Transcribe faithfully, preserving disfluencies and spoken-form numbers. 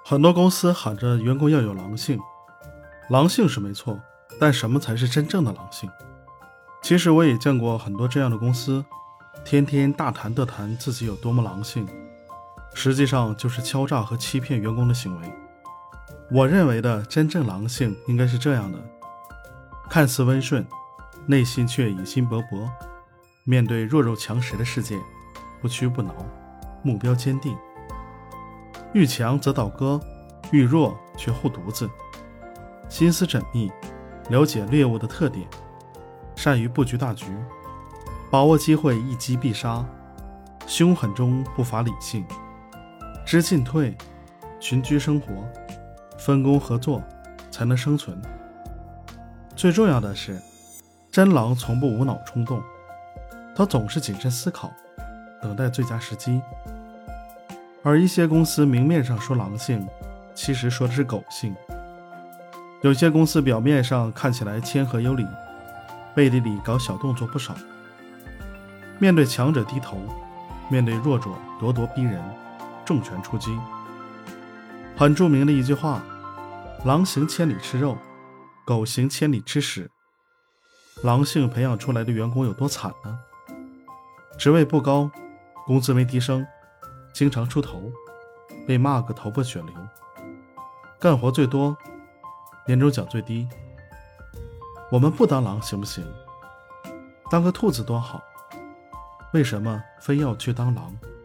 很多公司喊着员工要有狼性，狼性是没错，但什么才是真正的狼性？其实我也见过很多这样的公司，天天大谈特谈自己有多么狼性，实际上就是敲诈和欺骗员工的行为。我认为的真正狼性应该是这样的：看似温顺，内心却野心勃勃，面对弱肉强食的世界，不屈不挠，目标坚定。遇强则倒戈，遇弱却护犊子，心思缜密，了解猎物的特点，善于布局大局，把握机会一击必杀，凶狠中不乏理性，知进退，群居生活，分工合作才能生存。最重要的是，真狼从不无脑冲动，他总是谨慎思考，等待最佳时机。而一些公司明面上说狼性，其实说的是狗性。有些公司表面上看起来谦和有礼，背地里搞小动作不少。面对强者低头，面对弱者咄咄逼人，重拳出击。很著名的一句话：狼行千里吃肉，狗行千里吃屎。狼性培养出来的员工有多惨呢？职位不高，工资没提升，经常出头，被骂个头破血流，干活最多，年终奖最低。我们不当狼行不行？当个兔子多好，为什么非要去当狼？